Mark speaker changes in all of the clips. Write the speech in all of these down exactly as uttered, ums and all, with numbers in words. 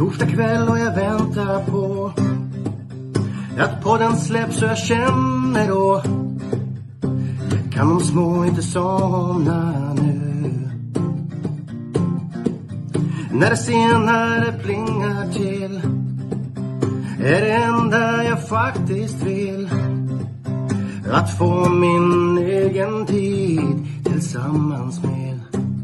Speaker 1: Torsdag kväll och jag väntar på att podden släpps så jag känner då kan de små inte somna nu. När det senare plingar till är det enda jag faktiskt vill att få min egen tid tillsammans med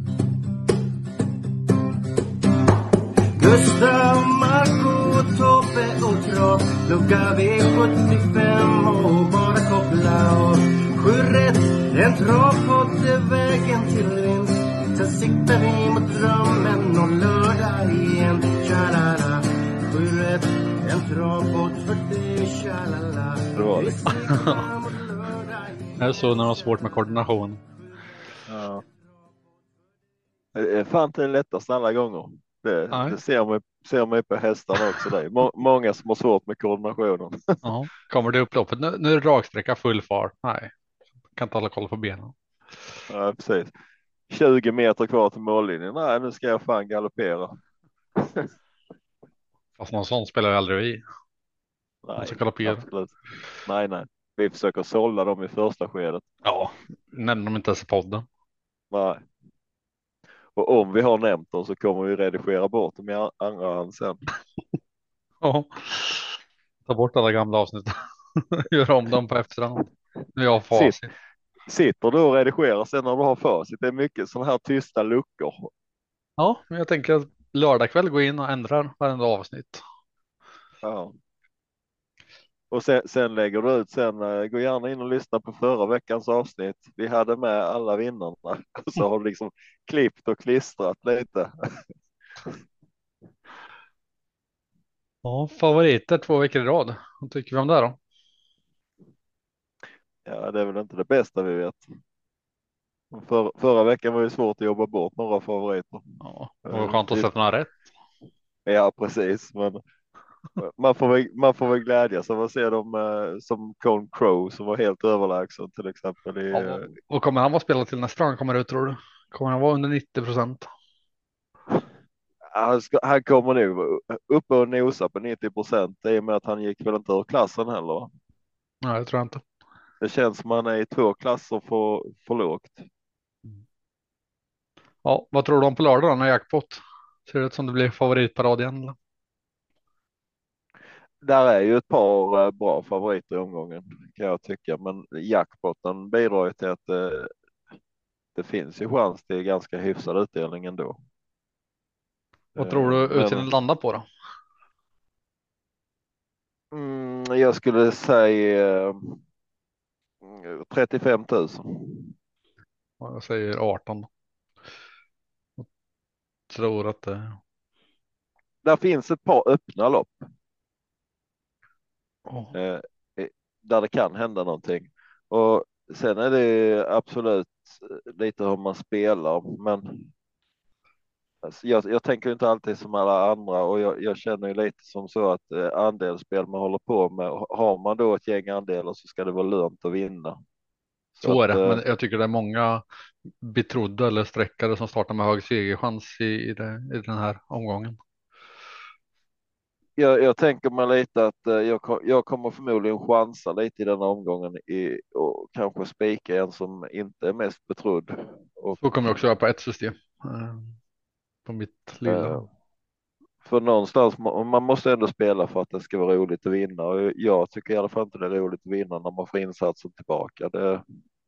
Speaker 1: Gustav, Marco, Tobbe och Trav. Lucka V sjuttiofem och bara koppla av. Sju rätt, en travpodd är vägen till vinst. Sen siktar vi mot drömmen om lördag igen. Tjalala, sju rätt, en travpodd för dig. Tjalala.
Speaker 2: Bra liksom.
Speaker 3: Det är så när de har svårt med koordination.
Speaker 2: Ja. Det är fan inte det lättaste alla gånger. Det, det ser man, ser man på hästarna också. Där. Må, många som har svårt med koordinationen.
Speaker 3: Ja, kommer det upploppet. Nu, nu är det raksträcka full fart. Nej, kan inte hålla koll på benen.
Speaker 2: Ja, precis. tjugo meter kvar till mållinjen. Nej, nu ska jag fan galoppera.
Speaker 3: Fast någon sån spelar jag aldrig i.
Speaker 2: Nej, absolut. Nej, nej. Vi försöker sålla dem i första skedet.
Speaker 3: Ja, nämn dem inte ens i podden.
Speaker 2: Nej. Och om vi har nämnt dem så kommer vi redigera bort dem i andra hand sen.
Speaker 3: Ja, ta bort alla gamla avsnitt. Gör om dem på efterhand. Nu är jag facit.
Speaker 2: Sitt, sitter du och redigerar sen när du har facit. Det är mycket sådana här tysta luckor.
Speaker 3: Ja, men jag tänker att lördag kväll gå in och ändra varenda avsnitt.
Speaker 2: Ja. Och sen, sen lägger du ut sen, gå gärna in och lyssna på förra veckans avsnitt. Vi hade med alla vinnarna. Och så har du liksom klippt och klistrat lite.
Speaker 3: Ja, favoriter två veckor i rad. Vad tycker vi om det då?
Speaker 2: Ja, det är väl inte det bästa vi vet. För, förra veckan var det svårt att jobba bort några favoriter.
Speaker 3: Ja, det var skönt att sätta några rätt.
Speaker 2: Ja, precis. Men man får väl, man får väl glädjas av att se dem eh, som Cone Crow som var helt överlägsen till exempel. I,
Speaker 3: ja, och kommer han vara spelad till nästa gång kommer ut tror du? Kommer han vara under nittio procent?
Speaker 2: Han, ska, han kommer nu upp och nosa på nittio procent i och med att han gick väl inte ur klassen heller. Va?
Speaker 3: Nej, det tror jag inte.
Speaker 2: Det känns som han är i två klasser för, för lågt.
Speaker 3: Ja, vad tror du om på lördag då när jackpot? Ser det ut som det blir favoritparad igen? Eller?
Speaker 2: Där är ju ett par eh, bra favoriter i omgången kan jag tycka, men jackpotten bidrar ju till att eh, det finns ju chans till ganska hyfsad utdelning ändå.
Speaker 3: Vad tror du utdelningen landar på då?
Speaker 2: Mm, jag skulle säga eh, trettiofem tusen.
Speaker 3: Ja, jag säger arton. Jag tror att det...
Speaker 2: Där finns ett par öppna lopp.
Speaker 3: Oh.
Speaker 2: Eh, där det kan hända någonting. Och sen är det absolut lite hur man spelar, men alltså jag, jag tänker inte alltid som alla andra och jag, jag känner ju lite som så att eh, andelsspel man håller på med, har man då ett gäng andelar så ska det vara lönt att vinna.
Speaker 3: Så, så är
Speaker 2: att,
Speaker 3: det,
Speaker 2: eh,
Speaker 3: men jag tycker det är många betrodda eller sträckare som startar med hög segerchans i, i, det, i den här omgången.
Speaker 2: Jag, jag tänker mig lite att eh, jag, jag kommer förmodligen chansa lite i den omgången i, och kanske spika en som inte är mest betrodd. Och,
Speaker 3: så kommer jag också göra på ett system. Eh, på mitt lilla.
Speaker 2: Eh, för någonstans, man måste ändå spela för att det ska vara roligt att vinna. Och jag tycker i alla fall inte det är roligt att vinna när man får insatsen tillbaka. Det...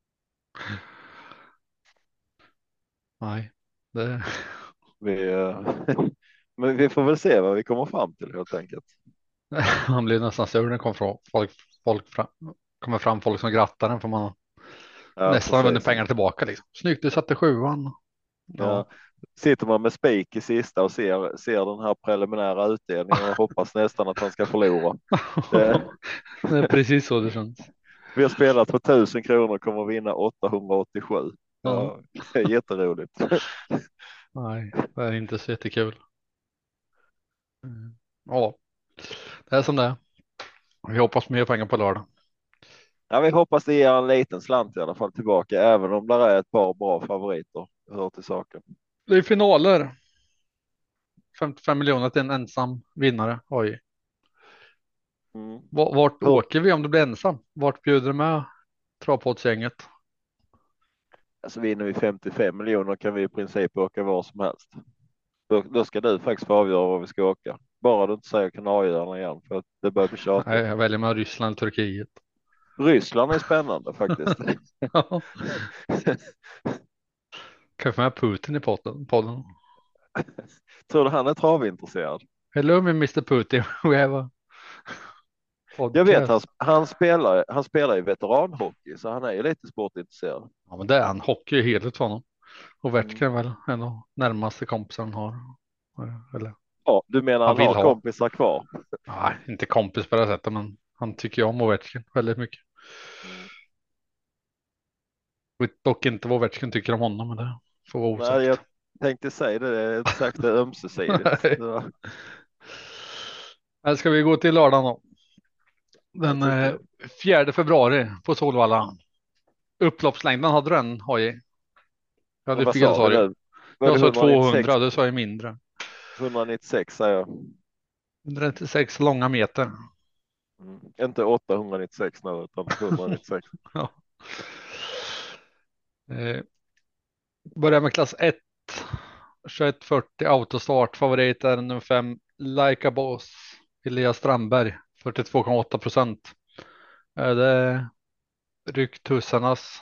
Speaker 3: Nej, det...
Speaker 2: Vi, men vi får väl se vad vi kommer fram till helt enkelt.
Speaker 3: Man blir nästan sur när det kommer fram folk, folk fram, kommer fram folk som grattar en för man ja, nästan vunnit pengar tillbaka. Liksom. Snyggt, du satte sjuan.
Speaker 2: Ja. Ja. Sitter man med spik i sista och ser, ser den här preliminära utdelningen och hoppas nästan att han ska förlora. Det...
Speaker 3: det är precis så det känns.
Speaker 2: Vi har spelat för tusen kronor och kommer vinna åttahundraåttiosju. Ja. Ja, det är jätteroligt.
Speaker 3: Nej, det är inte så jättekul. Mm. Ja, det är som det är. Vi hoppas mer pengar på lördag.
Speaker 2: Ja, vi hoppas det ger en liten slant i alla fall tillbaka, även om det är ett par bra favoriter. Hör till saken.
Speaker 3: Det är finaler. femtiofem miljoner till en ensam vinnare. Oj.
Speaker 2: Mm.
Speaker 3: Vart
Speaker 2: Hur,
Speaker 3: åker vi om du blir ensam? Vart bjuder du med travpoddsgänget?
Speaker 2: alltså vinner vi femtiofem miljoner kan vi i princip åka var som helst. Då, då ska du faktiskt få avgöra var vi ska åka. Bara du inte säger Kanarieöarna igen för att det börjar bli
Speaker 3: Nej,
Speaker 2: tjatigt.
Speaker 3: jag väljer med Ryssland, Turkiet.
Speaker 2: Ryssland är spännande faktiskt.
Speaker 3: Ja. Kan vi få med Putin i podden? podden?
Speaker 2: Tror du han är travintresserad?
Speaker 3: Hello mister Putin, we have a
Speaker 2: Jag vet,
Speaker 3: podcast.
Speaker 2: han, han, spelar, han spelar i veteranhockey så han är ju lite sportintresserad.
Speaker 3: Ja, men det är han. Hockey är heligt för honom. Och Wertke är
Speaker 2: Mm.
Speaker 3: väl en av närmaste kompisar han har. Eller
Speaker 2: Ja, du menar
Speaker 3: han
Speaker 2: han
Speaker 3: vill
Speaker 2: har
Speaker 3: ha.
Speaker 2: kompisar kvar?
Speaker 3: Nej, inte kompis på det sättet, men han tycker ju om Ovechkin väldigt mycket.
Speaker 2: Mm.
Speaker 3: Vet dock inte vad Ovechkin tycker om honom, men det får vara osagt.
Speaker 2: Nej, jag tänkte säga det, det är inte sagt det är ömsesidigt. Ja.
Speaker 3: Här ska vi gå till lördagen då. Den
Speaker 2: Jag
Speaker 3: eh,
Speaker 2: tycker-
Speaker 3: fjärde februari på Solvalla. Upploppslängden hade du en, Hoji? Jag hade
Speaker 2: Vad
Speaker 3: fel,
Speaker 2: sa
Speaker 3: sa
Speaker 2: vi
Speaker 3: du.
Speaker 2: nu? Var
Speaker 3: Jag
Speaker 2: det
Speaker 3: sa
Speaker 2: etthundranittiosex?
Speaker 3: tvåhundra, du sa ju mindre.
Speaker 2: etthundranittiosex säger jag.
Speaker 3: etthundranittiosex långa meter.
Speaker 2: Mm. Inte åttahundranittiosex nu utan etthundranittiosex.
Speaker 3: Ja. Eh, börjar med klass ett. tjugoett fyrtio autostart. Favorit är nummer fem Like a Boss. Elias Strandberg. fyrtiotvå komma åtta procent. Är det rycktussarnas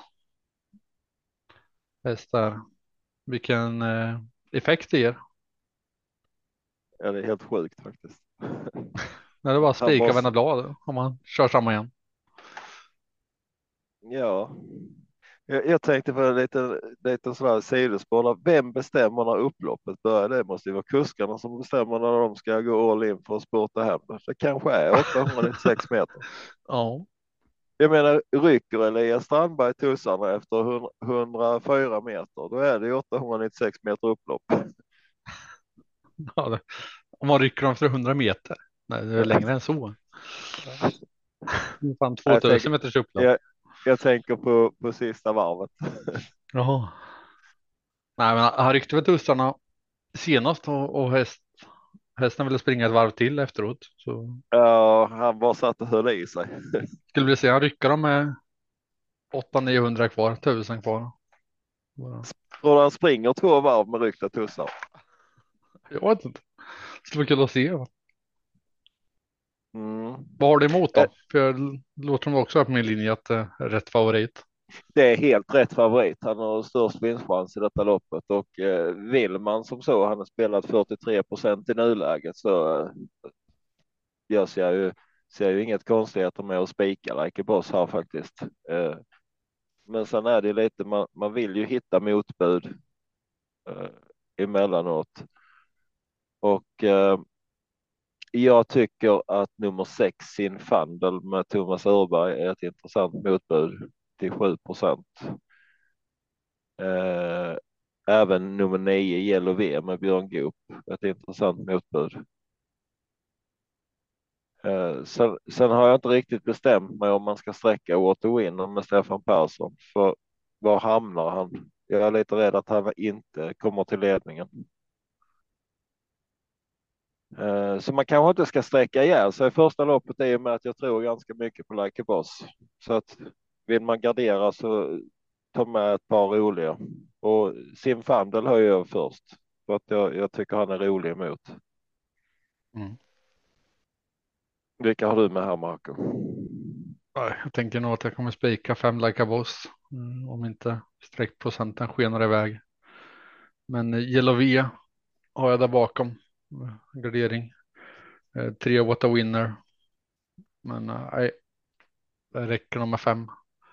Speaker 3: hästar? Vilken eh, effekt det ger.
Speaker 2: Ja, det är helt sjukt faktiskt.
Speaker 3: När det bara
Speaker 2: Han
Speaker 3: spika
Speaker 2: bara-
Speaker 3: och vända blad om man kör samma igen.
Speaker 2: Ja, jag, jag tänkte på en liten, liten sån här sidospår. Vem bestämmer när upploppet börjar? Det måste ju vara kuskarna som bestämmer när de ska gå all in för att spurta hem. Det kanske är åttahundranittiosex meter.
Speaker 3: Ja,
Speaker 2: Jag menar, rycker Elias Strandberg tussarna efter hundrafyra meter, då är det åttahundranittiosex meter upplopp.
Speaker 3: ja det, om man rycker dem för hundra meter. Nej, det är längre än så. Fan,
Speaker 2: Jag
Speaker 3: tvåtusen
Speaker 2: tänker,
Speaker 3: meters upplopp.
Speaker 2: jag, jag tänker på, på sista varvet.
Speaker 3: Jaha. Nej, men han ryckte väl tussarna senast och, och häst, hästen ville springa ett varv till efteråt. Så
Speaker 2: Ja, han bara satt och höll i sig.
Speaker 3: skulle vi se han rycka dem med åtta niohundra kvar, tusen kvar. Bara.
Speaker 2: Och han springer två varv med ryckta tussar.
Speaker 3: Jag vet inte. Det skulle vara kul att se. Va?
Speaker 2: Mm.
Speaker 3: Vad har du emot då?
Speaker 2: Eh.
Speaker 3: För jag låter dem också på min linje att det är rätt favorit.
Speaker 2: Det är helt rätt favorit. Han har störst vinstchans i detta loppet och eh, vill man som så, han har spelat fyrtiotre procent i nuläget så eh, jag ser ju, ser ju inget konstigheter med att spika Like a Boss här faktiskt. Eh, men sen är det lite, man, man vill ju hitta motbud eh, emellanåt. Och eh, jag tycker att nummer sex Sin Fandel med Thomas Urberg är ett intressant motbud till sju procent. Eh, även nummer nio Yellow V med Björn Goop, ett intressant motbud. Eh, sen, sen har jag inte riktigt bestämt mig om man ska sträcka Water med Stefan Persson, för var hamnar han? Jag är lite rädd att han inte kommer till ledningen. Eh, så man kanske inte ska sträcka ihjäl sig i första loppet i och med att jag tror ganska mycket på Like a Boss. Så att vill man gardera så ta med ett par roliga. Och Sin Fandel har jag först. För att jag, jag tycker han är rolig emot.
Speaker 3: Mm.
Speaker 2: Vilka har du med här, Marco?
Speaker 3: Jag tänker nog att jag kommer spika fem Like a Boss. Mm, om inte streckprocenten skenar iväg. Men Yellow V har jag där bakom. Gardering. Eh, tre What a Winner. Men nej, det räcker nog med fem.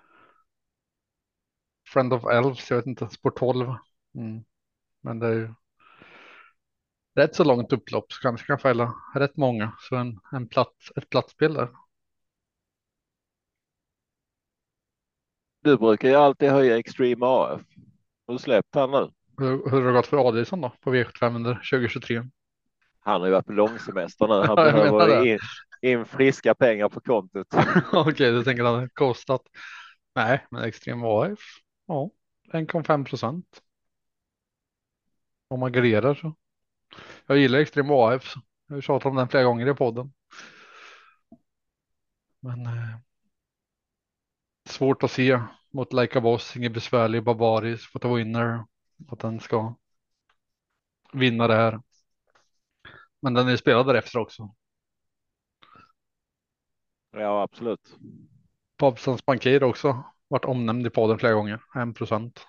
Speaker 3: Friend of Elves, jag vet inte, sport tolv. Mm. Men det är ju rätt så långt upplopp så kanske kan fälla rätt många. Så en, en plats, ett platsspel där.
Speaker 2: Du brukar ju alltid höja Extreme A F. Har du släppt han nu?
Speaker 3: Hur, hur har det gått för Adielsson då på V sjuttiofem under tjugohundratjugotre?
Speaker 2: Han har ju varit på långsemester nu. Han
Speaker 3: Ja, jag menar
Speaker 2: behöver
Speaker 3: det.
Speaker 2: in, in friska pengar på kontot.
Speaker 3: Okej, du tänker att det har kostat. Nej, men Extrem A F. Ja, en komma fem procent. Om man garderar så. Jag gillar Extrem A F. Jag har tjatat om den flera gånger i podden. Men eh, svårt att se mot Like a Boss, ingen besvärlig Barbaris, för att winner, att den ska vinna det här. Men den är spelad därefter också.
Speaker 2: Ja, absolut.
Speaker 3: Bobsons Bankir också varit omnämnd i podden flera gånger, en procent.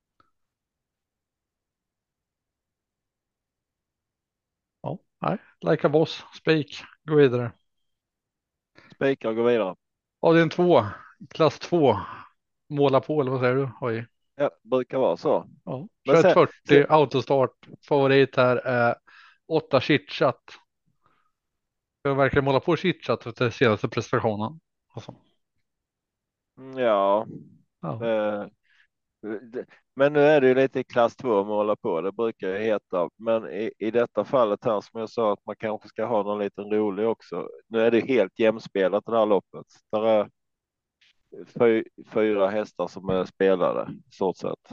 Speaker 3: Ja, nej, Like a Boss, Spik, gå vidare.
Speaker 2: Spikar och går vidare.
Speaker 3: Avdelning två, klass två, måla på, eller vad säger du? Oj.
Speaker 2: Ja, brukar vara så.
Speaker 3: Ja,
Speaker 2: Men sen,
Speaker 3: tjugoett
Speaker 2: sen,
Speaker 3: fyrtio autostart. Favorit här är åtta chitchat. Jag verkligen måla på chitchat efter senaste prestationen. Alltså,
Speaker 2: mm, ja.
Speaker 3: ja.
Speaker 2: Eh, det- men nu är det ju lite i klass två att måla på. Det brukar ju heta. Men i, i detta fallet här som jag sa att man kanske ska ha någon liten rolig också. Nu är det helt jämspelat det här loppet. Där är fy, fyra hästar som är spelade i stort sett.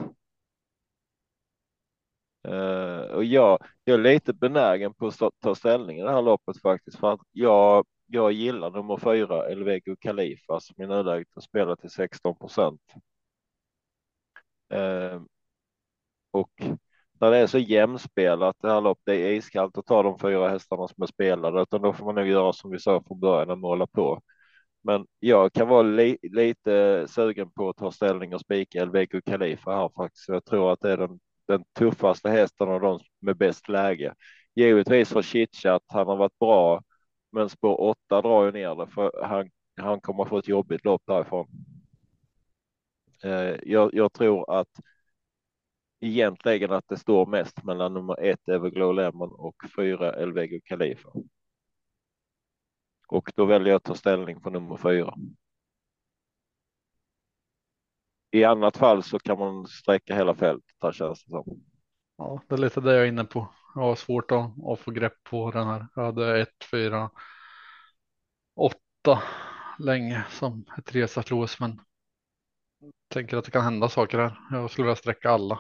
Speaker 2: Uh, och jag, jag är lite benägen på att stå, ta ställning i det här loppet faktiskt. För att jag, jag gillar nummer fyra, Elvego Khalifa, som i nuläget har spelat till sexton procent. Uh, och när det är så jämspelat det här loppet, det är iskallt att ta de fyra hästarna som är spelade, utan då får man nog göra som vi sa från början och måla på. Men jag kan vara li, lite sugen på att ta ställning och spika Elvego Khalifa här faktiskt. Jag tror att det är den, den tuffaste hästen och de med bäst läge. Givetvis för Chitchat, han har varit bra, men spår åtta drar ju ner det för han, han kommer få ett jobbigt lopp därifrån. Eh, jag, jag tror att egentligen att det står mest mellan nummer ett Everglow Lemon och fyra Elvego Khalifa. Och då väljer jag att ta ställning på nummer fyra. I annat fall så kan man sträcka hela fältet här känns det som.
Speaker 3: Ja, det är lite det jag är inne på. Jag har svårt att, att få grepp på den här. Jag hade ett, fyra, åtta länge som ett resatros, men tänker att det kan hända saker här. Jag skulle vilja sträcka alla.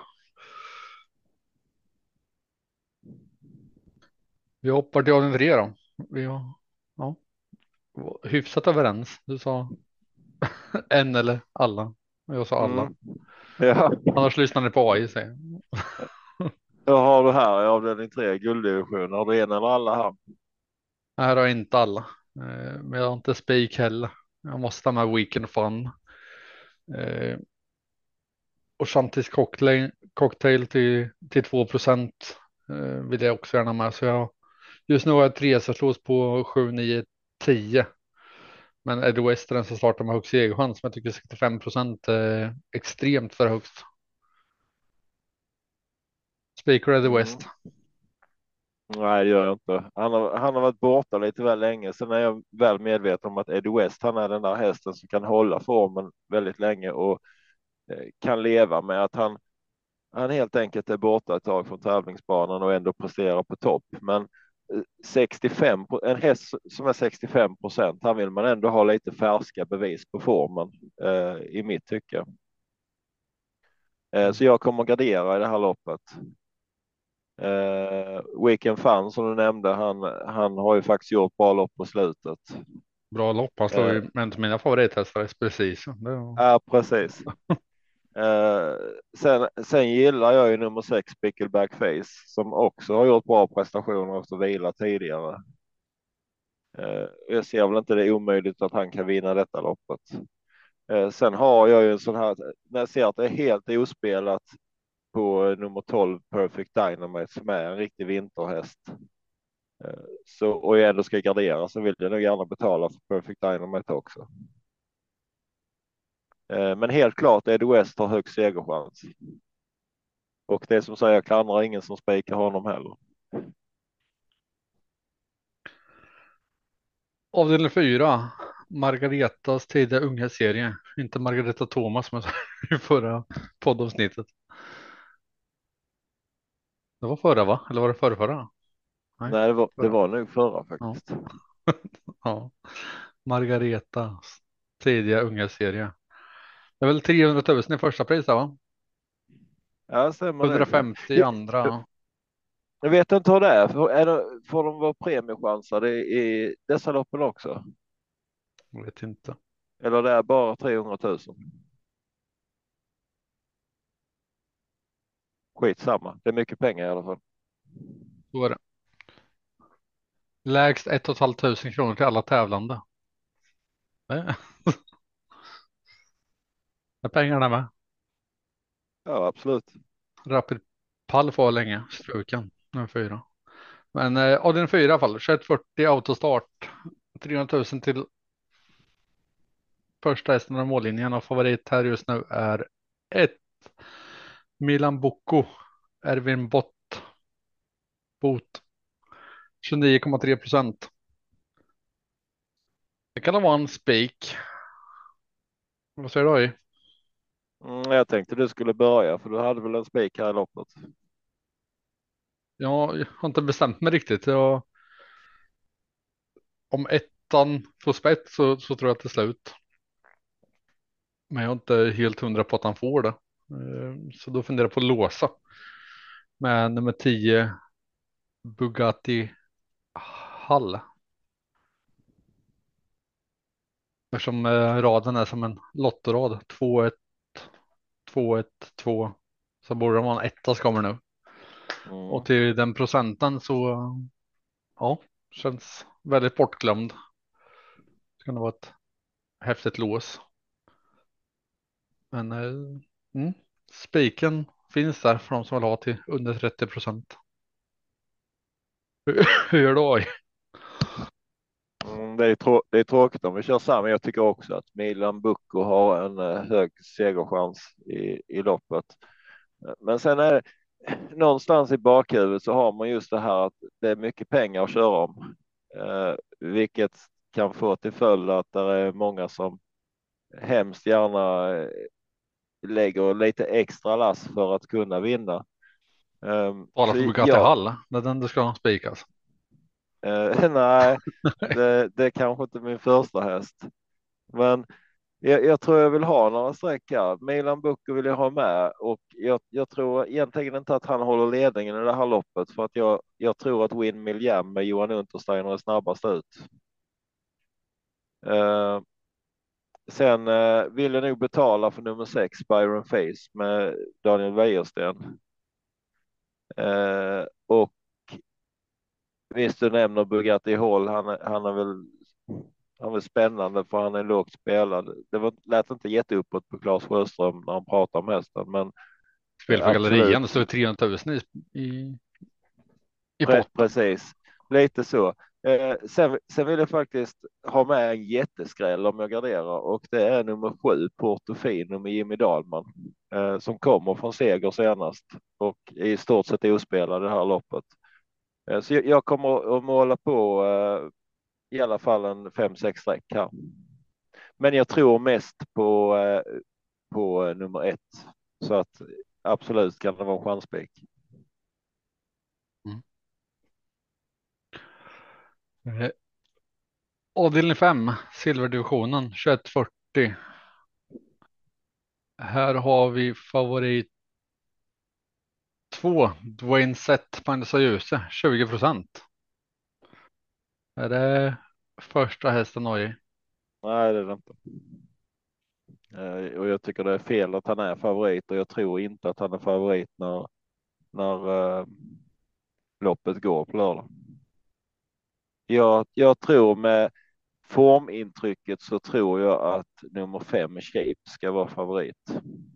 Speaker 3: Vi hoppar till avdelning tre då. Vi har, ja, var hyfsat överens. Du sa en eller alla. Och jag sa alla.
Speaker 2: Mm. Ja,
Speaker 3: Annars lyssnar ni på A I, säger jag.
Speaker 2: vad har du här i avdelning tre, gulddivision? Har du en eller alla här?
Speaker 3: Här har jag inte alla. Eh, Men jag har inte spik heller. Jag måste ha med Weekend Fun. Eh, Och Shantis cocktail, cocktail till, till två procent eh, vill jag också gärna med. Så jag, just nu har jag tre slås på sju, nio, tio. Men Eddie West är den som startar med högst segerchans. Men jag tycker sextiofem procent är extremt för högst. Speaker Eddie
Speaker 2: Mm.
Speaker 3: West.
Speaker 2: Nej, det gör jag inte. Han har, han har varit borta lite väl länge. Sen är jag väl medveten om att Eddie West, han är den där hästen som kan hålla formen väldigt länge och eh, kan leva med att han, han helt enkelt är borta ett tag från tävlingsbanan och ändå presterar på topp. Men eh, sextiofem, en häst som är sextiofem procent, han vill man ändå ha lite färska bevis på formen eh, i mitt tycke. Eh, så jag kommer att gardera i det här loppet. Uh, Weekend Fun som du nämnde, han, han har ju faktiskt gjort bra lopp på slutet.
Speaker 3: Bra lopp. Han slår
Speaker 2: Uh,
Speaker 3: ju en av mina favorithästar precis. Det var...
Speaker 2: Ja, precis. Uh, sen, sen gillar jag ju nummer sex Pickleback Face som också har gjort bra prestationer efter vila tidigare. Uh, jag ser väl inte det omöjligt att han kan vinna detta loppet. Uh, sen har jag ju en sån här, när jag ser att det är helt ospelat på nummer tolv Perfect Dynamite som är en riktig vinterhäst. Så, och jag ändå ska gardera så vill jag nog gärna betala för Perfect Dynamite också. Men helt klart Eddie West har högst segerchans. Och det som säger jag klandrar ingen som spikar honom heller.
Speaker 3: Avdelning fyra. Margaretas tidiga unga serie. Inte Margareta Thomas som jag sa i förra poddavsnittet. Det var förra, va? Eller var det förra, förra? Nej,
Speaker 2: Nej, det var, det
Speaker 3: förra.
Speaker 2: var nog förra
Speaker 3: Ja.
Speaker 2: faktiskt.
Speaker 3: Ja. Margaretas tidiga unga serie. Det är väl trehundratusen i första pris där, va?
Speaker 2: Ja, stämmer nog.
Speaker 3: hundrafemtio i
Speaker 2: Ja,
Speaker 3: andra.
Speaker 2: Jag vet inte hur det är. Får, är det, får de vara premiechansade i, i dessa loppen också?
Speaker 3: Jag vet inte.
Speaker 2: Eller det är bara trehundratusen? Skitsamma. Det är mycket pengar i alla fall.
Speaker 3: Så är det. Lägst ett och ett halvt tusen kronor till alla tävlande. Det är pengarna med.
Speaker 2: Ja, absolut.
Speaker 3: Rapid pall får länge. Struken. Nummer fyra. Men eh, avdelning fyra i alla fall. tjugoett fyrtio autostart. trehundratusen till första hästen av mållinjen. Och favorit här just nu är ett Milan Bocco. Erwin Bott. Bot. tjugonio komma tre procent. Det kan vara en spik. Vad säger du?
Speaker 2: Mm, jag tänkte du skulle börja för du hade väl en spik här i loppet.
Speaker 3: Jag har inte bestämt mig riktigt. Jag, om ettan får spets så, så tror jag att det är slut. Men jag är inte helt hundra på att han får det. Eh, Så då funderar jag på att låsa. Med nummer tio Bugatti Hall. Eftersom eh, raden är som en lottorad. två ett, två ett, två. Så borde det vara en etta som kommer nu. Och
Speaker 2: Mm.
Speaker 3: till den procenten så ja, känns väldigt bortglömd. Det kan vara ett häftigt lås. Men eh, mm, spiken finns där för de som vill ha till under trettio procent. Hur gör du? Oj?
Speaker 2: Mm, det är, trå det är tråkigt om vi kör samma. Jag tycker också att Milan Bucco har en eh, hög segerchans i, i loppet. Men sen är det någonstans i bakhuvudet så har man just det här att det är mycket pengar att köra om. Eh, vilket kan få till följd att det är många som hemskt gärna eh, lägger lite extra lass för att kunna vinna. Um,
Speaker 3: Tala
Speaker 2: så
Speaker 3: för Bugatti
Speaker 2: ja,
Speaker 3: Hall. Det är den du ska spikas.
Speaker 2: eh, nej, det, det är kanske inte min första häst. Men jag, jag tror jag vill ha några streck här. Milan Bucco vill jag ha med och jag, jag tror egentligen inte att han håller ledningen i det här loppet för att jag, jag tror att Win Jam med Johan Untersteiner är snabbast ut. Uh, sen uh, vill jag nog betala för nummer sex Byron Face med Daniel Wäjersten. Uh, och visst, du nämner Bugatti Hall. Han, är- han är väl han är väl spännande för han är lågt spelad. Det var, lät inte jätteuppåt på Claes Sjöström när han pratade om hästen, men
Speaker 3: Spel
Speaker 2: eh,
Speaker 3: för gallerian. Det
Speaker 2: absolut.
Speaker 3: står trehundratusen i, i, i
Speaker 2: Pre
Speaker 3: potten.
Speaker 2: precis, lite så. Eh, sen, sen vill jag faktiskt ha med en jätteskräll om jag garderar och det är nummer sju Portofino med Jimmy Dahlman eh, som kommer från seger senast och är i stort sett ospelad det här loppet. Eh, så jag, jag kommer att måla på eh, i alla fall en fem sex streck här. Men jag tror mest på, eh, på eh, nummer ett så att absolut kan det vara en chanspik.
Speaker 3: Mm. Eh, Avdelning fem, silverdivisionen, tjugoett fyrtio. Här har vi favorit två, Dwayne Sett, Magnus Djuse, tjugo procent. Är det första hästen oj?
Speaker 2: Nej, det är det inte. Eh, och jag tycker det är fel att han är favorit och jag tror inte att han är favorit när, när eh, loppet går på lördag. Jag, jag tror med formintrycket så tror jag att nummer fem Shape ska vara favorit.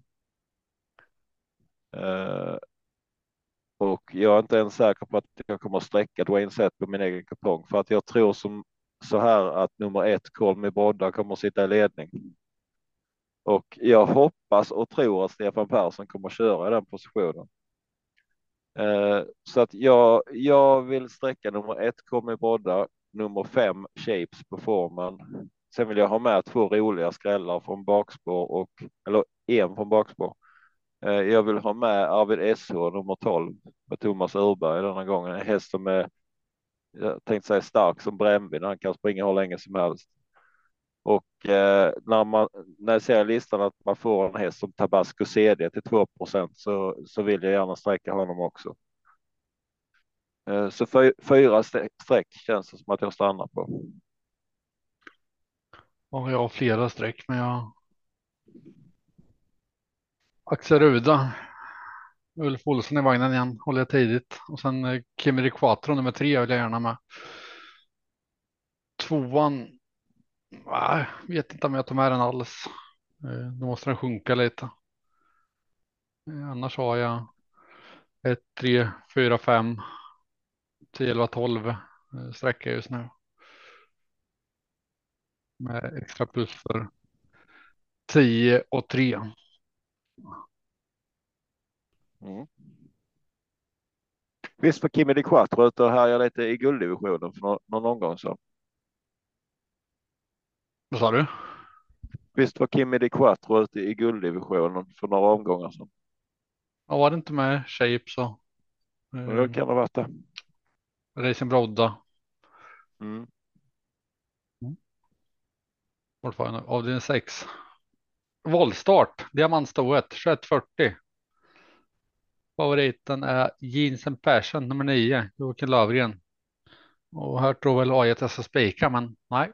Speaker 2: Eh, och jag är inte ens säker på att jag kommer att sträcka Dwayne Sett på min egen kupong för att jag tror som så här att nummer ett Call Me Brodda kommer att sitta i ledning. Och jag hoppas och tror att Stefan Persson kommer att köra i den positionen. Eh, så att jag, jag vill sträcka nummer ett Call Me Brodda, nummer fem Shapes på formen. Sen vill jag ha med två roliga skrällar från bakspår och eller en från bakspår. Eh, jag vill ha med Arvid S H nummer tolv med Thomas Urberg denna gången. En häst som är, jag tänkte säga stark som brännvin. Han kan springa hur länge som helst. Och eh, när man när jag ser listan att man får en häst som Tabasco C D till två procent så, så vill jag gärna sträcka honom också. Eh, Så fy- fyra st- streck känns det som att jag stannar på.
Speaker 3: Ja, jag har flera streck, men jag Axel Ruda. Ulf Olsson i vagnen igen, håller jag tidigt. Och sen eh, Kimi Quattro nummer tre vill jag gärna med. Tvåan, nej, vet inte om jag tar med den alls. Eh, Då måste den sjunka lite. Eh, Annars har jag ett, tre, fyra, fem, tio, elva, tolv eh, sträckor just nu. Med extra plus för tio och tre.
Speaker 2: Mm. Visst var Kimi de Quattro ute och härjade lite i gulddivisionen för någon, någon omgång så.
Speaker 3: Vad sa du?
Speaker 2: Visst var Kimi de Quattro ute i gulddivisionen för några omgångar så.
Speaker 3: Ja, var det inte med Shape så.
Speaker 2: Och då
Speaker 3: Eh,
Speaker 2: kan det ha varit det.
Speaker 3: Racing Brodda.
Speaker 2: Mm.
Speaker 3: Vart var jag nu? Avdelning sex. Voltstart, diamantstoet, tjugoett fyrtio. Favoriten är Jeans and Passion, nummer nio, Joakim Lövgren. Och här tror väl A I att jag ska spika, men nej.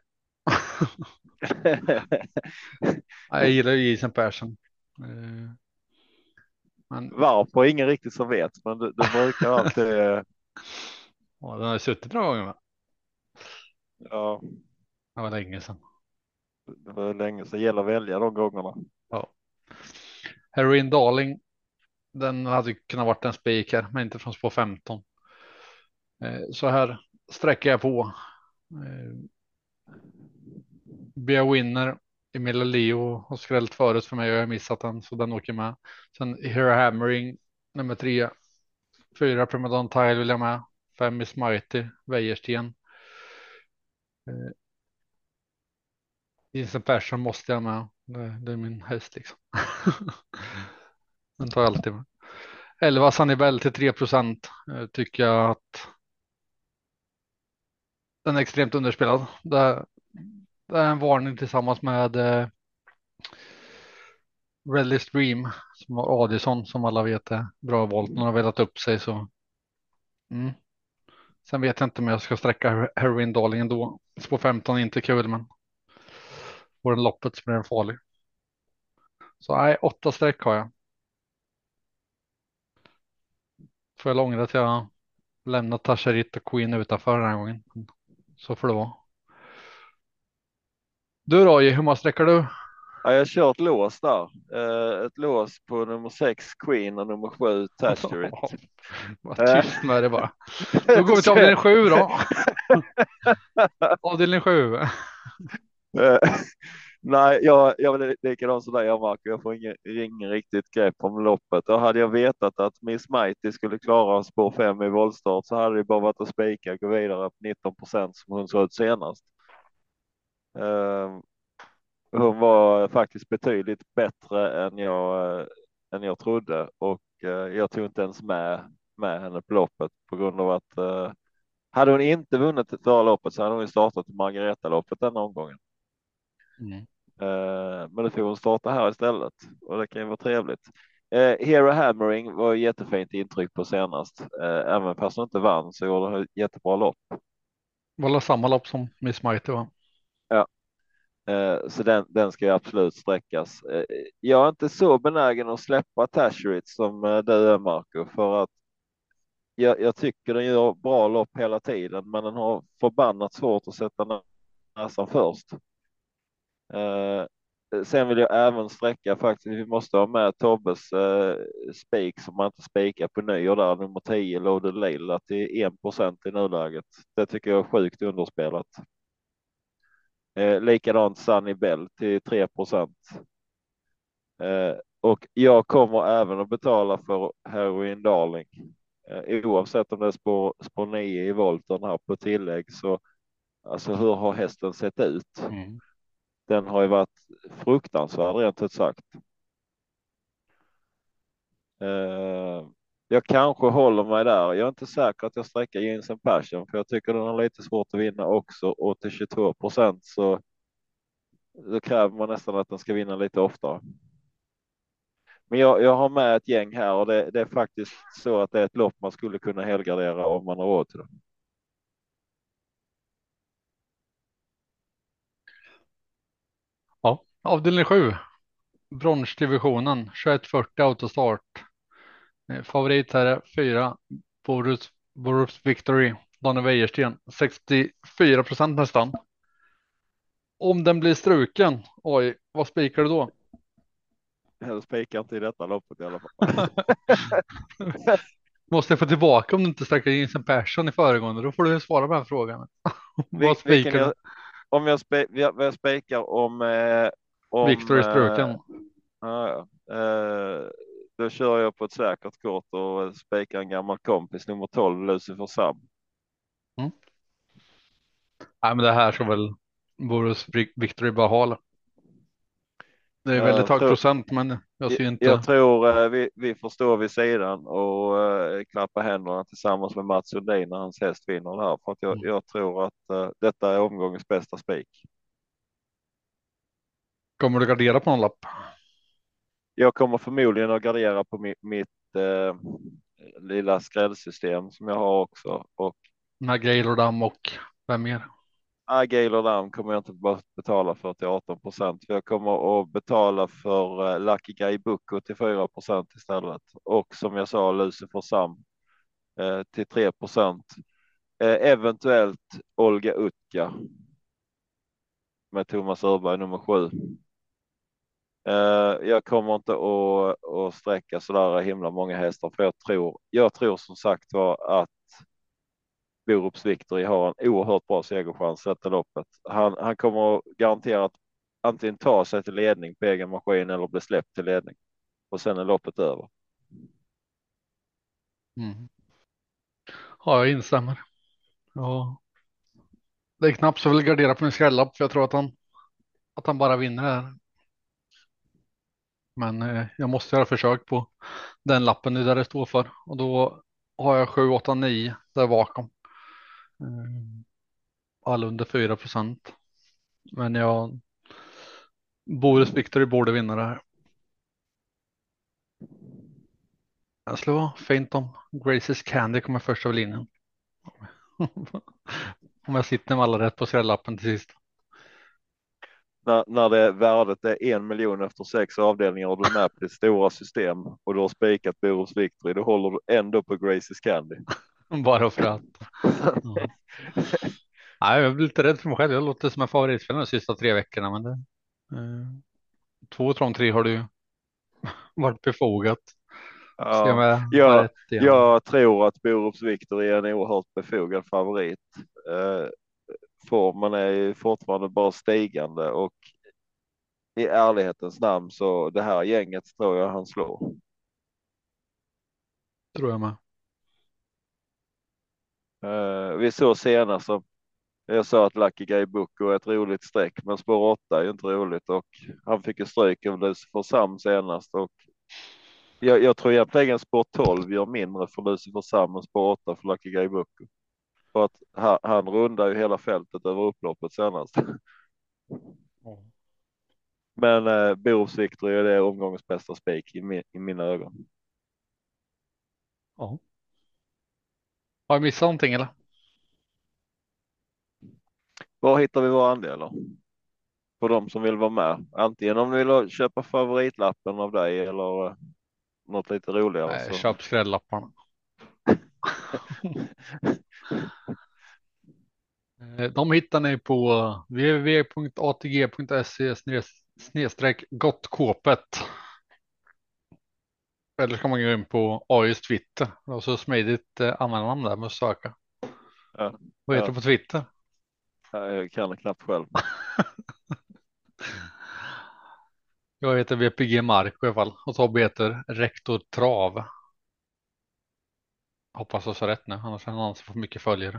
Speaker 3: Jag gillar ju Jeans and Passion. Eh, Men
Speaker 2: Varför? Ingen riktigt som vet, men du, du brukar alltid.
Speaker 3: ja, den har ju suttit några gånger. Va?
Speaker 2: Ja,
Speaker 3: Det var länge sedan.
Speaker 2: det var länge så gäller att välja de gångerna.
Speaker 3: Ja. Heroin Darling, den hade ju kunnat varit en spik här, men inte från spår femton. Eh, Så här sträcker jag på. Eh, Bea Winner, Emilia Leo har skrällt förut för mig och jag har missat den, så den åker med. Sen Hero Hammering, nummer tre. Fyra Primadon Tile vill jag med. Fem Miss Mighty, Wäjersten. Eh, Vincent Persson måste jag med. Det, det är min häst liksom. Den tar jag alltid med. elva Sanibel till tre procent eh, tycker jag att den är extremt underspelad. Det, det är en varning tillsammans med eh, Rally Stream som har Adison som alla vet är bra volt. Den har velat upp sig så. Mm. Sen vet jag inte om jag ska sträcka Heroin Darling ändå. Spår femton är inte kul, men får den loppet så blir den farlig. Så nej, åtta streck har jag. Får jag ångra att jag lämnat Tasharit och Queen utanför den här gången. Så får det vara. Du då, hur många sträckar du?
Speaker 2: Ja, jag har kört lås där. Eh, ett lås på nummer sex Queen och nummer sju Tasherit.
Speaker 3: Var tyst med det bara. Då går vi till avdelning sju då. Avdelning sju.
Speaker 2: Eh, Nej, jag, jag är likadan som dig, Marco. Jag får ingen, ingen riktigt grepp om loppet. Och hade jag vetat att Miss Mighty skulle klara spår fem i voltstart så hade det bara varit att spika och gå vidare på nitton procent som hon såg ut senast. Eh, hon var faktiskt betydligt bättre än jag, eh, än jag trodde och eh, jag tog inte ens med, med henne på loppet på grund av att eh, hade hon inte vunnit förra loppet så hade hon ju startat Margareta-loppet den omgången.
Speaker 3: Mm.
Speaker 2: Eh, men det får hon starta här istället och det kan ju vara trevligt. Eh, Hero Hammering var jättefint intryck på senast. Eh, även fast hon inte vann så gjorde hon ett jättebra lopp.
Speaker 3: Var samma lopp som Miss Mighty va?
Speaker 2: Ja. Eh, så den, den ska ju absolut sträckas. Eh, jag är inte så benägen att släppa Tasherit som eh, du är, Marco, för att jag, jag tycker den gör bra lopp hela tiden, men den har förbannat svårt att sätta näsan först. Eh, sen vill jag även sträcka faktiskt, vi måste ha med Tobbes eh, spik som man inte spikar på nyår där, nummer tio Loaded Lilla till en procent i nuläget. Det tycker jag är sjukt underspelat. Eh, likadant Sunny Bell till tre procent. Eh, och jag kommer även att betala för Heroin Darling. Eh, oavsett om det är spår, spår nio i volten här på tillägg så alltså hur har hästen sett ut?
Speaker 3: Mm.
Speaker 2: Den har ju varit fruktansvärd rent ut sagt. Eh, jag kanske håller mig där. Jag är inte säker att jag sträcker Jeans and Passion för jag tycker den har lite svårt att vinna också och till tjugotvå procent så då kräver man nästan att den ska vinna lite oftare. Men jag, jag har med ett gäng här och det, det är faktiskt så att det är ett lopp man skulle kunna helgardera om man har råd till det.
Speaker 3: Ja, avdelning sju. Bronsdivisionen. tjugoett fyrtio autostart. Eh, Favorit här är fyra. Boris, Boris Victory. Danne Wäjersten. sextiofyra procent nästan. Om den blir struken. Oj, vad spikar du då?
Speaker 2: Jag spikar inte i detta loppet i alla fall.
Speaker 3: Måste jag få tillbaka om du inte sträcker in sin Persson i föregående. Då får du svara på den frågan.
Speaker 2: Vil,
Speaker 3: Vad
Speaker 2: vilken
Speaker 3: spikar du?
Speaker 2: jag, om jag, spe, vad jag spikar om, eh, om
Speaker 3: Victory
Speaker 2: eh,
Speaker 3: struken.
Speaker 2: ja, ja. eh, då kör jag på ett säkert kort och spikar en gammal kompis, nummer tolv, Lucifer Sam.
Speaker 3: Mm. Nej, men det här ska väl Boris Victory bara ha. Det är väldigt
Speaker 2: Jag
Speaker 3: hög
Speaker 2: tror,
Speaker 3: procent, men jag ser
Speaker 2: jag
Speaker 3: inte.
Speaker 2: tror eh, vi, vi får stå vid sidan och eh, klappa händerna tillsammans med Mats Sundin när hans häst vinner det här. För att jag,
Speaker 3: Mm.
Speaker 2: jag tror att eh, detta är omgångens bästa spik.
Speaker 3: Kommer du gardera på någon lapp?
Speaker 2: Jag kommer förmodligen att gardera på mitt, mitt eh, lilla skrällsystem som jag har också. Och
Speaker 3: Med Gaylor Dam och vem mer?
Speaker 2: Gaylor Dam kommer jag inte bara betala för till arton procent. För jag kommer att betala för eh, Lucky Guy Bucco till fyra procent istället. Och som jag sa, Lucifer Sam eh, till tre procent. Eh, eventuellt Olga Utka med Thomas Urberg nummer sju. Eh, jag kommer inte att, att sträcka så där himla många hästar för jag tror, jag tror som sagt var att Borups Victory har en oerhört bra segerchans detta loppet. Han, han kommer garanterat antingen ta sig till ledning på egen maskin eller bli släppt till ledning och sen är loppet över.
Speaker 3: Mm. Ja, jag instämmer. Ja. Det är knappt så jag vill gardera på min skrällapp för jag tror att han, att han bara vinner här. Men eh, jag måste göra försök på den lappen, det är där det står för. Och då har jag sju, åtta, nio där bakom. Mm. All under fyra procent. Men jag Boris Victory borde vinna det här. Jag slår fint om Graces Candy kommer först av linjen. Om jag sitter med alla rätt på skrällappen till sist.
Speaker 2: När, när det värdet är en miljon efter sex avdelningar och du är med på det stora system och du har spikat Borups Victory, då håller du ändå på Graces Candy.
Speaker 3: Bara för att. Ja. Nej, jag blir lite rädd för mig själv. Jag låter som en favoritspelare de sista tre veckorna. Men det, eh, två av de tre har du varit befogat. Se om
Speaker 2: Ja,
Speaker 3: jag har
Speaker 2: jag,
Speaker 3: rätt igen.
Speaker 2: jag tror att Borups Victory är en oerhört befogad favorit. Eh, formen är ju fortfarande bara stigande och i ärlighetens namn så det här gänget tror jag han slår.
Speaker 3: Tror jag med.
Speaker 2: Eh, vi såg senast som jag sa att Lucky Guy Bucco är ett roligt streck, men spår åtta är ju inte roligt och han fick ju stryk av Lucifer Sam senast och jag, jag tror egentligen spår tolv gör mindre för Lucifer Sam än spår åtta för Lucky Guy Bucco. För att han, han rundar ju hela fältet över upploppet senast.
Speaker 3: Mm.
Speaker 2: Men eh, Borups Victory är det omgångens bästa spik i, min, i mina ögon.
Speaker 3: Ja. Har jag missat någonting eller?
Speaker 2: Var hittar vi våra andelar? På de som vill vara med. Antingen om ni vill köpa favoritlappen av dig eller eh, något lite roligare.
Speaker 3: Nej,
Speaker 2: Så.
Speaker 3: köp skrälllapparna. Eh, De hittar ni på w w w punkt a t g punkt se snedstreck gottkåpet. Eller ska man gå in på A I's Twitter. Och så smidigt eh, användarnamn där med att söka.
Speaker 2: Ja,
Speaker 3: Vad heter
Speaker 2: ja,
Speaker 3: det på Twitter?
Speaker 2: jag kan det knappt själv.
Speaker 3: Jag heter V P G Mark i alla fall. Och Tobbe heter Rektor Trav. Hoppas jag sa rätt nu. Annars är det någon som får mycket följare.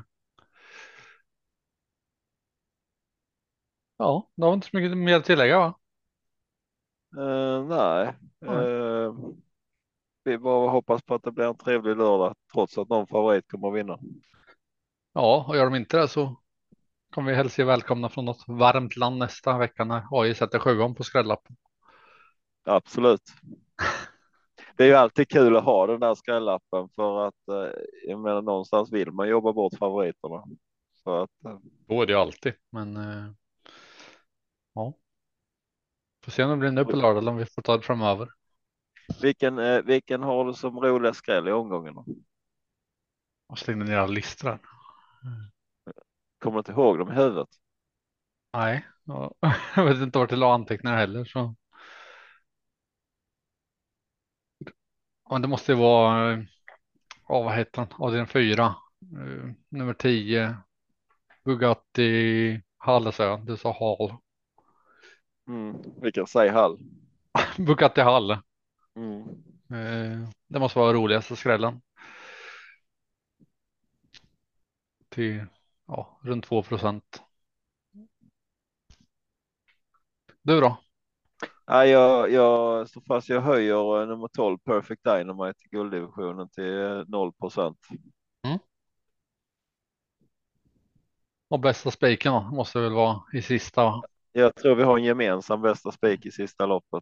Speaker 3: Ja, det var inte så mycket mer att tillägga va?
Speaker 2: Uh, nej,
Speaker 3: Nej.
Speaker 2: uh, vi bara hoppas på att det blir en trevlig lördag trots att någon favorit kommer att vinna.
Speaker 3: Ja, och gör de inte det så kommer vi hälsa er välkomna från något varmt land nästa vecka när A I sätter sjuan på skrällappen.
Speaker 2: Absolut. det är ju alltid kul att ha den där skrällappen för att eh, jag menar någonstans vill man jobba bort favoriterna. För att, eh,
Speaker 3: Då är det ju alltid, men eh, ja. Får se om det blir nu på lördag eller om vi får ta det framöver.
Speaker 2: vilken, eh, vilken har du som roliga skräll i omgången?
Speaker 3: Och slängde ner alla listor här.
Speaker 2: Kommer du inte ihåg dem i huvudet?
Speaker 3: Nej, ja, jag vet inte vart jag la anteckningar heller. Så. Ja, det måste ju vara, eh, ja, vad heter han? Adrian fyra, uh, nummer tio, Bugatti Hallesö, du sa Hall.
Speaker 2: Mm, vilken säg Hall.
Speaker 3: Bugatti Hall.
Speaker 2: Mm.
Speaker 3: Uh, det måste vara roligaste skrällen. Till ja, runt två procent. Du då?
Speaker 2: Ja, jag, jag står fast, jag höjer eh, nummer tolv Perfect Dynamite i gulddivisionen till eh, noll procent.
Speaker 3: Mm. Och bästa spiken då? Måste väl vara i sista, va?
Speaker 2: Jag tror vi har en gemensam bästa spik i sista loppet.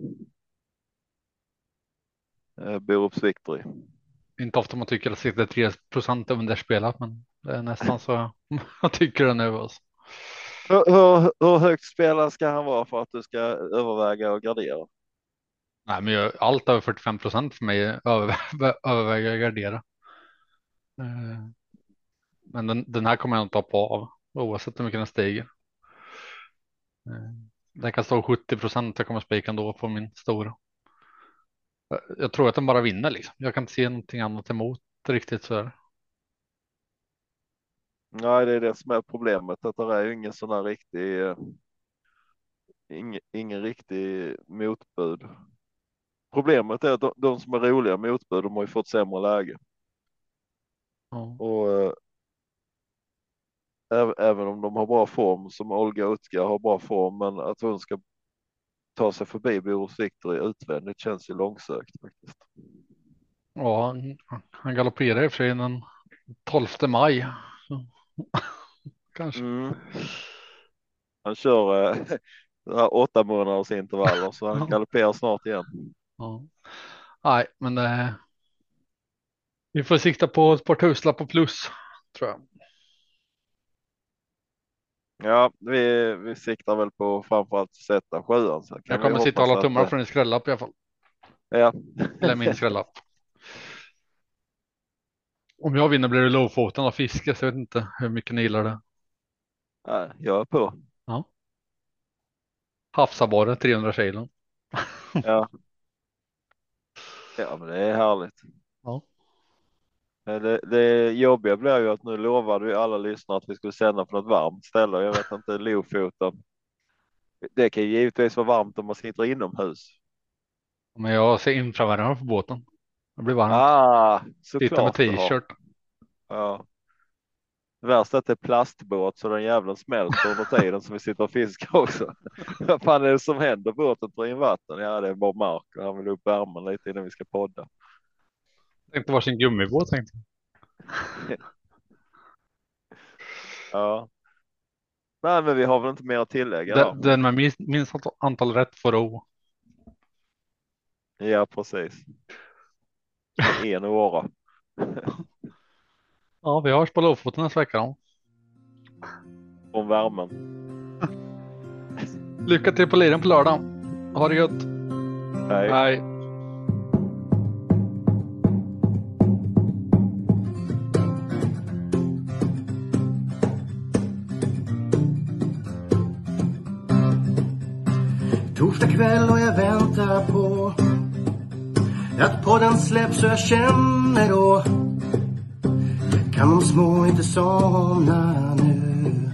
Speaker 2: Eh, Borups Victory.
Speaker 3: Inte ofta man tycker att sextiotre procent är underspelat, men det är nästan så jag tycker det nu. Alltså.
Speaker 2: Hur, hur, hur högt spelare ska han vara för att du ska överväga och gardera?
Speaker 3: Nej, men jag, allt över fyrtiofem procent för mig övervä överväger att gardera. Eh, men den, den här kommer jag inte hoppa av oavsett hur mycket den stiger. Eh, den kan stå sjuttio procent, jag kommer spika ändå på min stora. Jag tror att den bara vinner liksom. Jag kan inte se någonting annat emot riktigt så här.
Speaker 2: Nej, det är det som är problemet. Att det är ju ingen sån här riktig, eh, ingen, ingen riktig motbud. Problemet är att de, de som är roliga motbud, de har ju fått sämre läge.
Speaker 3: Ja.
Speaker 2: Och eh, äv, även om de har bra form, som Olga Utka har bra form, men att hon ska ta sig förbi Borups Victory utvändigt känns ju långsökt faktiskt.
Speaker 3: Ja, han, han galopperar i och för sig den tolfte maj. Så. Kanske.
Speaker 2: Mm. Han kör eh, åtta månaders intervaller så han galopperar snart igen.
Speaker 3: Ja. Nej, men eh, vi får sikta på ett par tusenlappar plus, tror jag.
Speaker 2: Ja, vi, vi siktar väl på framförallt sätta sjuan. Så kan
Speaker 3: Jag
Speaker 2: vi
Speaker 3: kommer sitta och hålla
Speaker 2: hoppas
Speaker 3: tummar
Speaker 2: att,
Speaker 3: från en skrällapp i alla fall.
Speaker 2: Ja.
Speaker 3: Eller min skrällapp. Om jag vinner blir det Lofoten och fiske, så jag vet inte hur mycket ni gillar det.
Speaker 2: Nej, jag är på.
Speaker 3: Ja. Havsabborre, trehundra kilo.
Speaker 2: Ja. Ja, men det är härligt.
Speaker 3: Ja.
Speaker 2: Det, det jobbiga blir ju att nu lovade vi alla lyssnare att vi skulle sända på något varmt ställe. Jag vet inte, Lofoten. Det kan ju givetvis vara varmt om man sitter inomhus.
Speaker 3: Men jag ser infravärmare på båten. Det blir varmt.
Speaker 2: Ah,
Speaker 3: Sitta med
Speaker 2: såklart du har.
Speaker 3: t-shirt.
Speaker 2: Ja. Det värsta är att det är plastbåt så den jävla smälter under tiden som vi sitter och fiskar också. Vad fan är det som händer? Båten tar in vatten. Ja, det är bara mark och han vill upp värmen lite innan vi ska podda.
Speaker 3: Tänkte varsin gummibåt tänkte jag.
Speaker 2: Ja. Nej, men vi har väl inte mer att tillägga.
Speaker 3: Den, den med minst, minst antal rätt får O.
Speaker 2: Ja, precis. En åra.
Speaker 3: Ja, vi hörs på Lofoten nästa vecka då.
Speaker 2: Om värmen.
Speaker 3: Lycka till på liren på lördag. Ha det gött.
Speaker 2: Hej.
Speaker 3: Hej.
Speaker 1: Torsdag kväll och jag väntar på att podden släpps så jag känner då kan de små inte somna nu.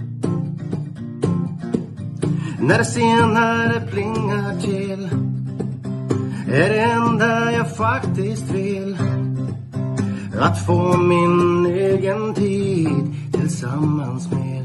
Speaker 1: När det senare plingar till är det enda jag faktiskt vill att få min egen tid tillsammans med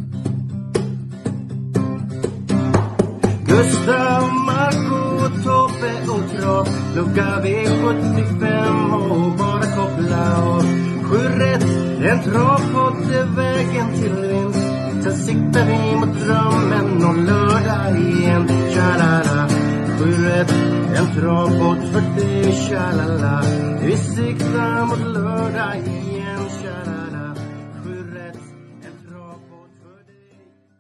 Speaker 1: Gustav, Marco, Tobbe och Trav. Lucka V sjuttiofem och bara koppla av. Sju rätt, en travpodd är vägen till vinst. Sen siktar vi mot drömmen om lördag igen. Tja-la-la. Sju rätt, En travpodd för dig, tjalala. Vi siktar mot lördag.